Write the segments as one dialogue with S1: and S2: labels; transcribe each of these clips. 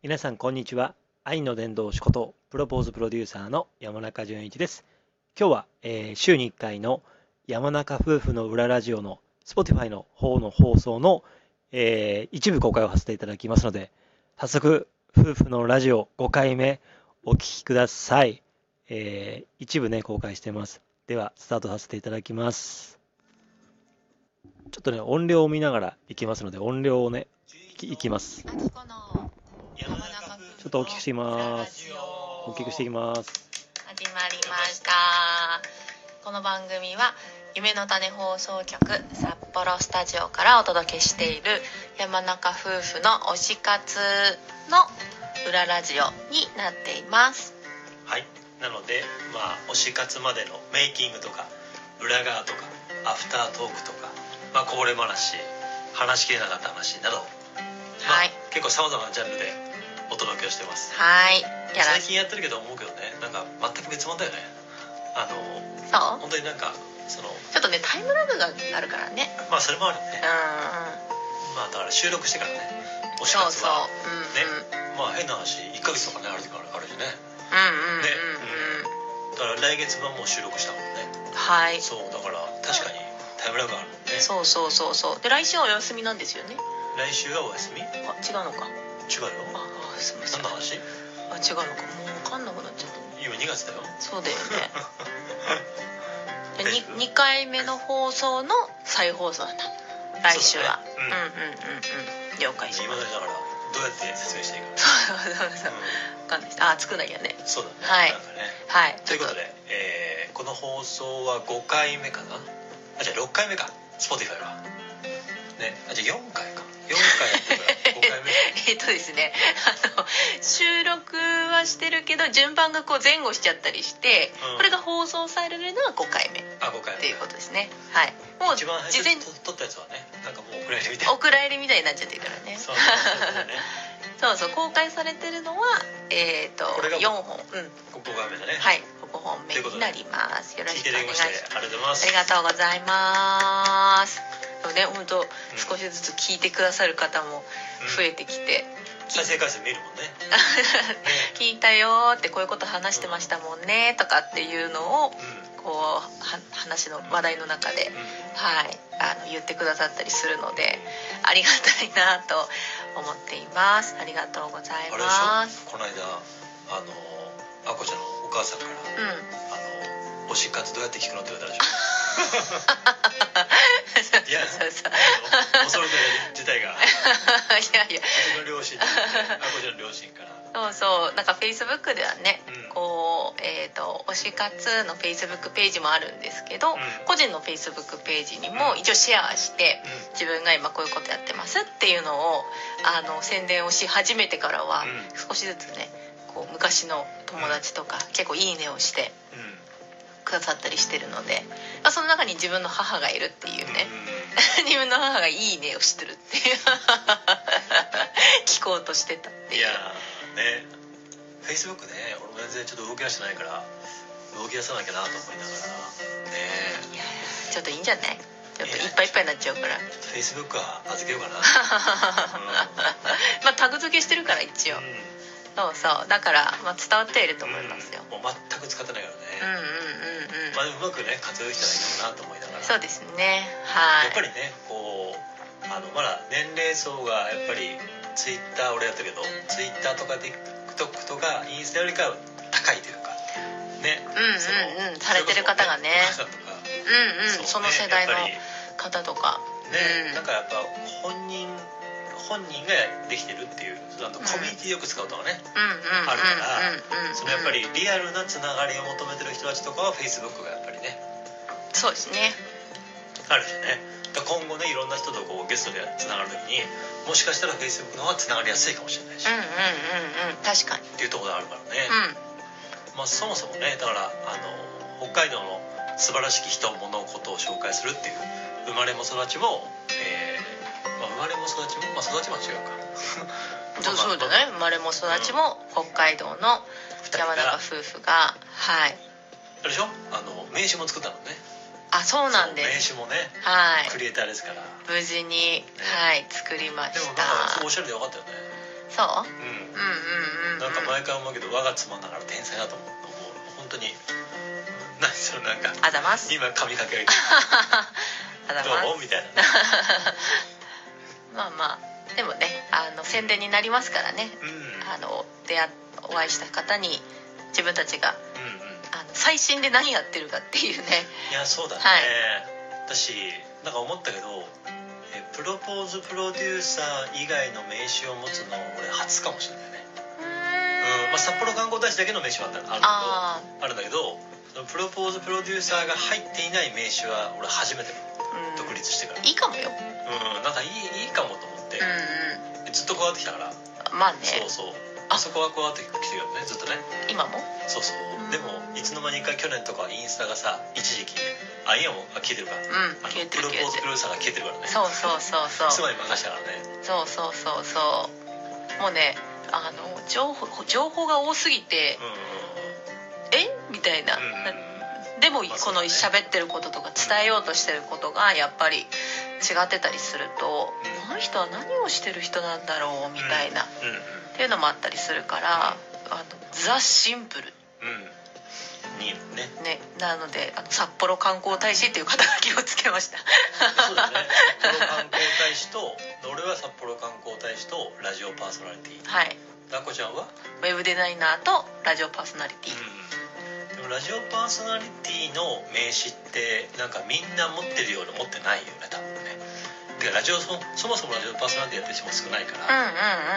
S1: 皆さんこんにちは。愛の伝道師ことプロポーズプロデューサーの山中淳一です。今日は、週に1回の山中夫婦の裏ラジオの Spotify の方の放送の、一部公開をさせていただきますので、早速夫婦のラジオ5回目お聞きください。一部ね公開してます。ではスタートさせていただきます。ちょっとね音量を見ながらいきますので、音量をねいきます。ちょっと大きくしています。大きくしていきます。
S2: 始まりました。この番組は夢の種放送局札幌スタジオからお届けしている山中夫婦の推し活の裏ラジオになっています。
S1: はい、なので推し活までのメイキングとか裏側とかアフタートークとか、こぼれ話、話しきれなかった話など、結構さまざまなジャンルでお届けをしてます。
S2: はい。
S1: 最近やってるけど思うけどね、なんか全く別物だよね。
S2: そう
S1: 本当になんか
S2: ちょっとねタイムラグがあるからね。
S1: それもあるね。だから収録してからね、推し活はね、変な話1ヶ月とかねある時あるしね。だから来月はもう収録したもんね。
S2: はい。
S1: そうだから確かにタイムラグあるもんね。
S2: そうで来週はお休みなんですよね。
S1: 来週はお休み？
S2: 違うのか。
S1: 違うよ。すみません。何の話？
S2: 違うのか。もう分かんなくなっちゃった。
S1: 今2月だよ。
S2: そうだよね。2回目の放送の再放送だ。来週は。了解しました。
S1: 今だからどうやって説明していいか。
S2: そう。分かんないです。作んなきゃね。
S1: そうだね。
S2: はい。
S1: ということで、この放送は5回目かな。じゃあ6回目か。Spotify は。ね。じゃあ4回か。4回やってから5回目。
S2: ですね、収録はしてるけど順番がこう前後しちゃったりして、これが放送されるのは5回目っていうことですね。はい。
S1: もう一番最初に撮ったやつはね、なんかもうお蔵入りみたいな。
S2: お蔵入りみたいになっちゃってるからね。そう公開されてるのは
S1: これが
S2: 4本。
S1: 5回目だね。
S2: はい、5本目になります。よろしくお願いします。
S1: ありがとうございます。
S2: ありがとうございます。ね、本当少しずつ聞いてくださる方も増えてきて、
S1: 再生回数見るもんね。
S2: 聞いたよって、こういうこと話してましたもんねとかっていうのをこう話の話題の中で、言ってくださったりするのでありがたいなと思っています。ありがとうございます。
S1: この間あこちゃんのお母さんから、推し活どうやって聞くのって言われたでしょ。いや恐れてる事態が私の両親、あこちゃんの両親から。
S2: そうなんか Facebook ではね、こう推し活の Facebook ページもあるんですけど、個人の Facebook ページにも一応シェアして、自分が今こういうことやってますっていうのを宣伝をし始めてからは、少しずつねこう昔の友達とか結構いいねをしてくださったりしてるので、その中に自分の母がいるっていうね、自分の母がいいねをしてるっていう聞こうとしてたっていう。
S1: いやね、Facebook ね、俺も全然ちょっと動き出してないから動き出さなきゃなと思いながらね。
S2: いやちょっといいんじゃない？ちょっといっぱいいっぱいになっちゃうから
S1: Facebook は預けようかな。
S2: タグ付けしてるから一応、そうだから、伝わってはいると思いますよ。
S1: もう全く使ってないからね。でもうまくね活用できたらいいかなと思いながら。
S2: そうですね。はい。
S1: やっぱりねこうまだ年齢層がやっぱり Twitter 俺やったけど Twitter とか TikTok とかインスタよりかは高いというかね。
S2: されてる方がね。その世代の方とか
S1: ね、なんかやっぱ本人ができてるっていう、コミュニティよく使うとかね、あるから、そのやっぱりリアルなつながりを求めてる人たちとかは Facebook がやっぱりね。
S2: そうですね。
S1: あるしね。今後ねいろんな人とこうゲストでつながるときにもしかしたら Facebook の方がつながりやすいかもしれないし、
S2: 確かに
S1: っていうところがあるからね。そもそもねだから北海道の素晴らしき人物事を紹介するっていう生まれも育ちも、生まれも育ちも育ちも違うか。
S2: そうだね。生まれも育ちも北海道の山中夫婦があ
S1: れでしょ、名刺も作ったのね。
S2: そうなんです。
S1: 名刺もね、クリエイターですから
S2: 無事に、作りました。
S1: でもなんかおしゃれでよかったよね。
S2: そう
S1: なんか毎回思うけど我が妻ながら天才だと思う。本当に何それなんか
S2: あざます
S1: 今髪かけられて
S2: あざます
S1: どうみたいな
S2: まあまあでもね宣伝になりますからね、お会いした方に自分たちが、最新で何やってるかっていうね。
S1: いやそうだね、
S2: はい、
S1: 私なんか思ったけどプロポーズプロデューサー以外の名刺を持つの俺初かもしれないね。札幌観光大使だけの名刺はあるんだけどそのプロポーズプロデューサーが入っていない名刺は俺初めて独立してから
S2: いいかもよ。
S1: なんかいいかもと思って、ずっとこうやってきたから
S2: まあね
S1: そうあそこはこうやってきてるよねずっとね
S2: 今も
S1: そうでもいつの間にか去年とかインスタがさ一時期今も消えてるからプロポーズプロデューサーが消えてるからね
S2: そう
S1: 妻に任せたからね
S2: そうもうね情報が多すぎて、みたいな、でもこの喋ってることとか伝えようとしてることがやっぱり違ってたりすると、この人は何をしてる人なんだろうみたいな、っていうのもあったりするからザ・シンプル
S1: に
S2: ねなので札幌観光大使っていう肩書きをつけました
S1: そうだね札幌観光大使と俺は札幌観光大使とラジオパーソナリティ。
S2: はい
S1: ダッコちゃんは
S2: ウェブデザイナーとラジオパーソナリティ、
S1: でもラジオパーソナリティの名刺ってなんかみんな持ってるような持ってないよね多分ね。てかそもそもラジオパーソナリティやってる人も少ないから、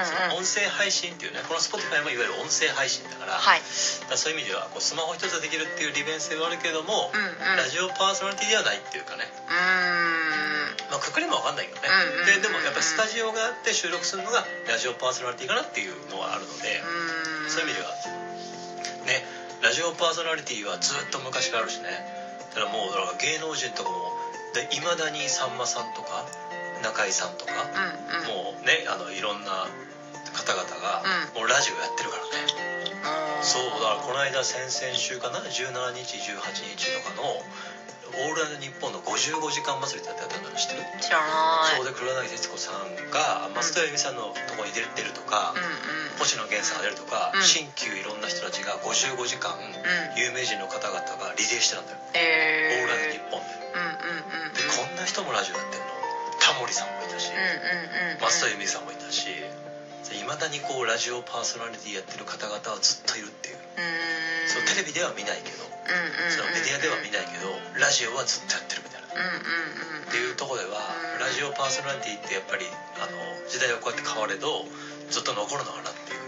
S1: その音声配信っていうねこの Spotify もいわゆる音声配信だから、そういう意味ではこうスマホ一つでできるっていう利便性はあるけども、ラジオパーソナリティではないっていうかね、くくりも分かんないけどね、でもやっぱりスタジオがあって収録するのがラジオパーソナリティかなっていうのはあるので、そういう意味ではねラジオパーソナリティはずっと昔からあるしね。だからもう芸能人とかもいまだにさんまさんとか中井さんとか、もうねいろんな方々がもうラジオやってるからね、そうだからこの間先々週かな17日18日とかのオールナイトニッポンの55時間祭りってやったの知ってる？
S2: 知らない。
S1: そうで黒柳徹子さんが松任谷由実さんのところに出るとか、星野源さんが出るとか、新旧いろんな人たちが55時間、有名人の方々がリレーしてたんだよ、オールナイトニッポンで、でこんな人もラジオやってるの。タモリさんもいたし、松任谷由実さんもいたし、いまだにこうラジオパーソナリティやってる方々はずっといるっていう、そうテレビでは見ないけど、そのメディアでは見ないけどラジオはずっとやってるみたいな、っていうところではラジオパーソナリティってやっぱり時代はこうやって変われどずっと残るのかなっていう、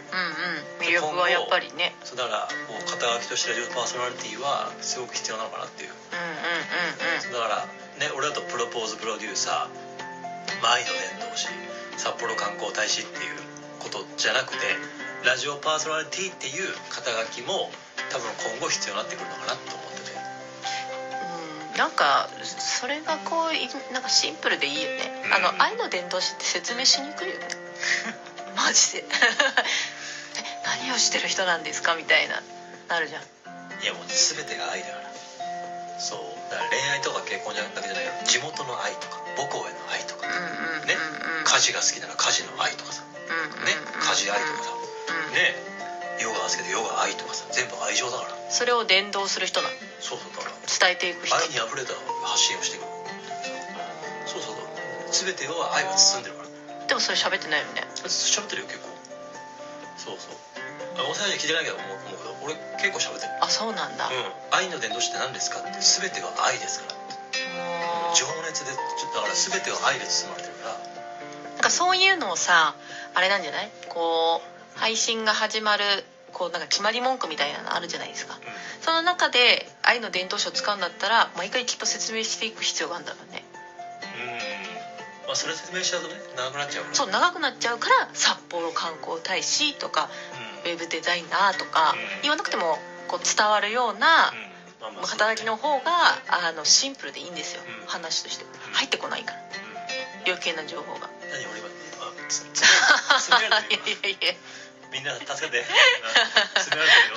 S2: 魅力はやっぱりね。
S1: そうだからこう肩書きとしてラジオパーソナリティはすごく必要なのかなっていう、だからね俺だとプロポーズプロデューサー、愛の伝道師、札幌観光大使っていうことじゃなくてラジオパーソナリティっていう肩書きも多分今後必要になってくるのかなと思ってて、
S2: なんかそれがこうなんかシンプルでいいよね、愛の伝道師って説明しにくいよねマジで何をしてる人なんですかみたいなるじゃん。
S1: いやもう全てが愛だから。そうだから恋愛とか結婚だけじゃないよ、地元の愛とか母校への愛とか、ね、家事が好きなら家事の愛とかさ、ね、家事愛とかさ、ね、ヨガが好きでヨガ愛とかさ、全部愛情だから。
S2: それを伝道する人なの。
S1: そうだから
S2: 伝えていく人、
S1: 愛にあふれた発信をしていく。そう全てを愛が包んでるから。
S2: でもそれ喋ってないよね。
S1: 喋ってるよ結構。そう大阪で聞いてないけど思うけど俺結構喋ってる。
S2: あ、そうなんだ。
S1: 愛の伝道師って何ですかって、全ては愛ですから。情熱でだから全ては愛で包まれてるから。
S2: なんかそういうのをさ、あれなんじゃない？こう配信が始まるこうなんか決まり文句みたいなのあるじゃないですか。その中で愛の伝道師を使うんだったら毎回きっと説明していく必要があるんだろうね。
S1: それ説明しちゃうとね長くなっちゃうから。そう
S2: 長くなっちゃうから札幌観光大使とか、ウェブデザイナーとか、言わなくてもこう伝わるような肩書きの方がシンプルでいいんですよ、話として入ってこないから、余計な情報が。
S1: 何俺今詰められてるよいやみんな助けて詰められてるよ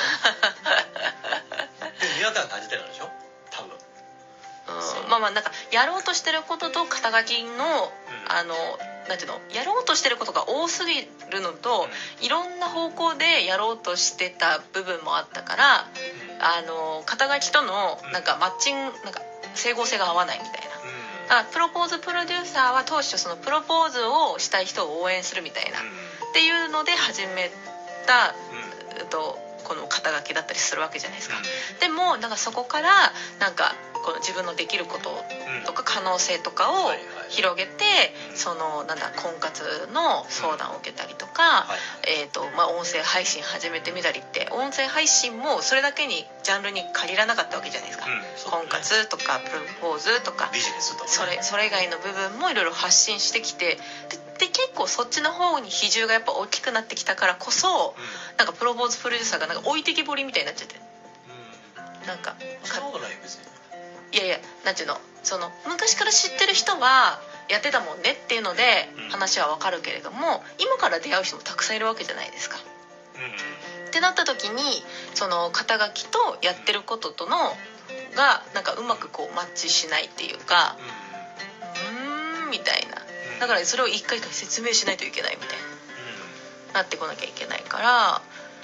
S1: でも違和感感じてるんでしょ多分。
S2: なんかやろうとしてることと肩書きの、 なんていうの、やろうとしてることが多すぎるのと、いろんな方向でやろうとしてた部分もあったから、肩書きとのなんかマッチング、なんか整合性が合わないみたいな。だからプロポーズプロデューサーは当初そのプロポーズをしたい人を応援するみたいな、っていうので始めた、この肩書きだったりするわけじゃないですか。でもなんかそこからなんかこの自分のできることとか可能性とかを広げて、そのなんだ婚活の相談を受けたりとか、音声配信始めてみたりって、音声配信もそれだけにジャンルに限らなかったわけじゃないですか、婚活とかプロポーズとか
S3: ビジネスとか、
S2: それ以外の部分もいろいろ発信してきて、で結構そっちの方に比重がやっぱ大きくなってきたからこそ、なんかプロポーズプロデューサーがなんか置いてきぼりみたいになっちゃって、なんか
S3: そんなことないよ別に。
S2: いやいや、なんていうの、その昔から知ってる人はやってたもんねっていうので話はわかるけれども、今から出会う人もたくさんいるわけじゃないですか。ってなった時に、その肩書きとやってることとのがなんかうまくこうマッチしないっていうか、みたいな。だからそれを一回一回説明しないといけないみたいな、なってこなきゃいけないから、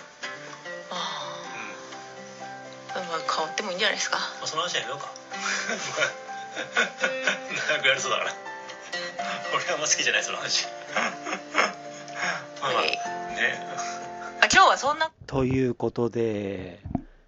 S2: 変わってもいいんじゃないですか。
S3: その話はやめようか。長くやりそうだから俺はあんま好きじゃないその話。ね。
S2: 今日はそんな
S1: ということで、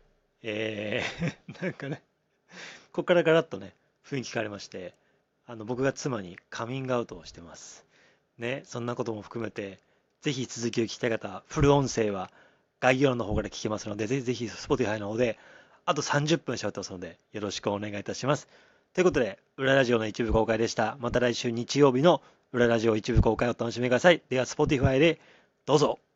S1: なんかね、ここからガラッとね雰囲気変わりまして、僕が妻にカミングアウトをしてますね。そんなことも含めて、ぜひ続きを聞きたい方、フル音声は概要欄の方から聞けますので、ぜひ Spotify の方であと30分喋ってますので、よろしくお願いいたします。ということで、裏ラジオの一部公開でした。また来週日曜日の裏ラジオ一部公開をお楽しみください。では Spotify でどうぞ。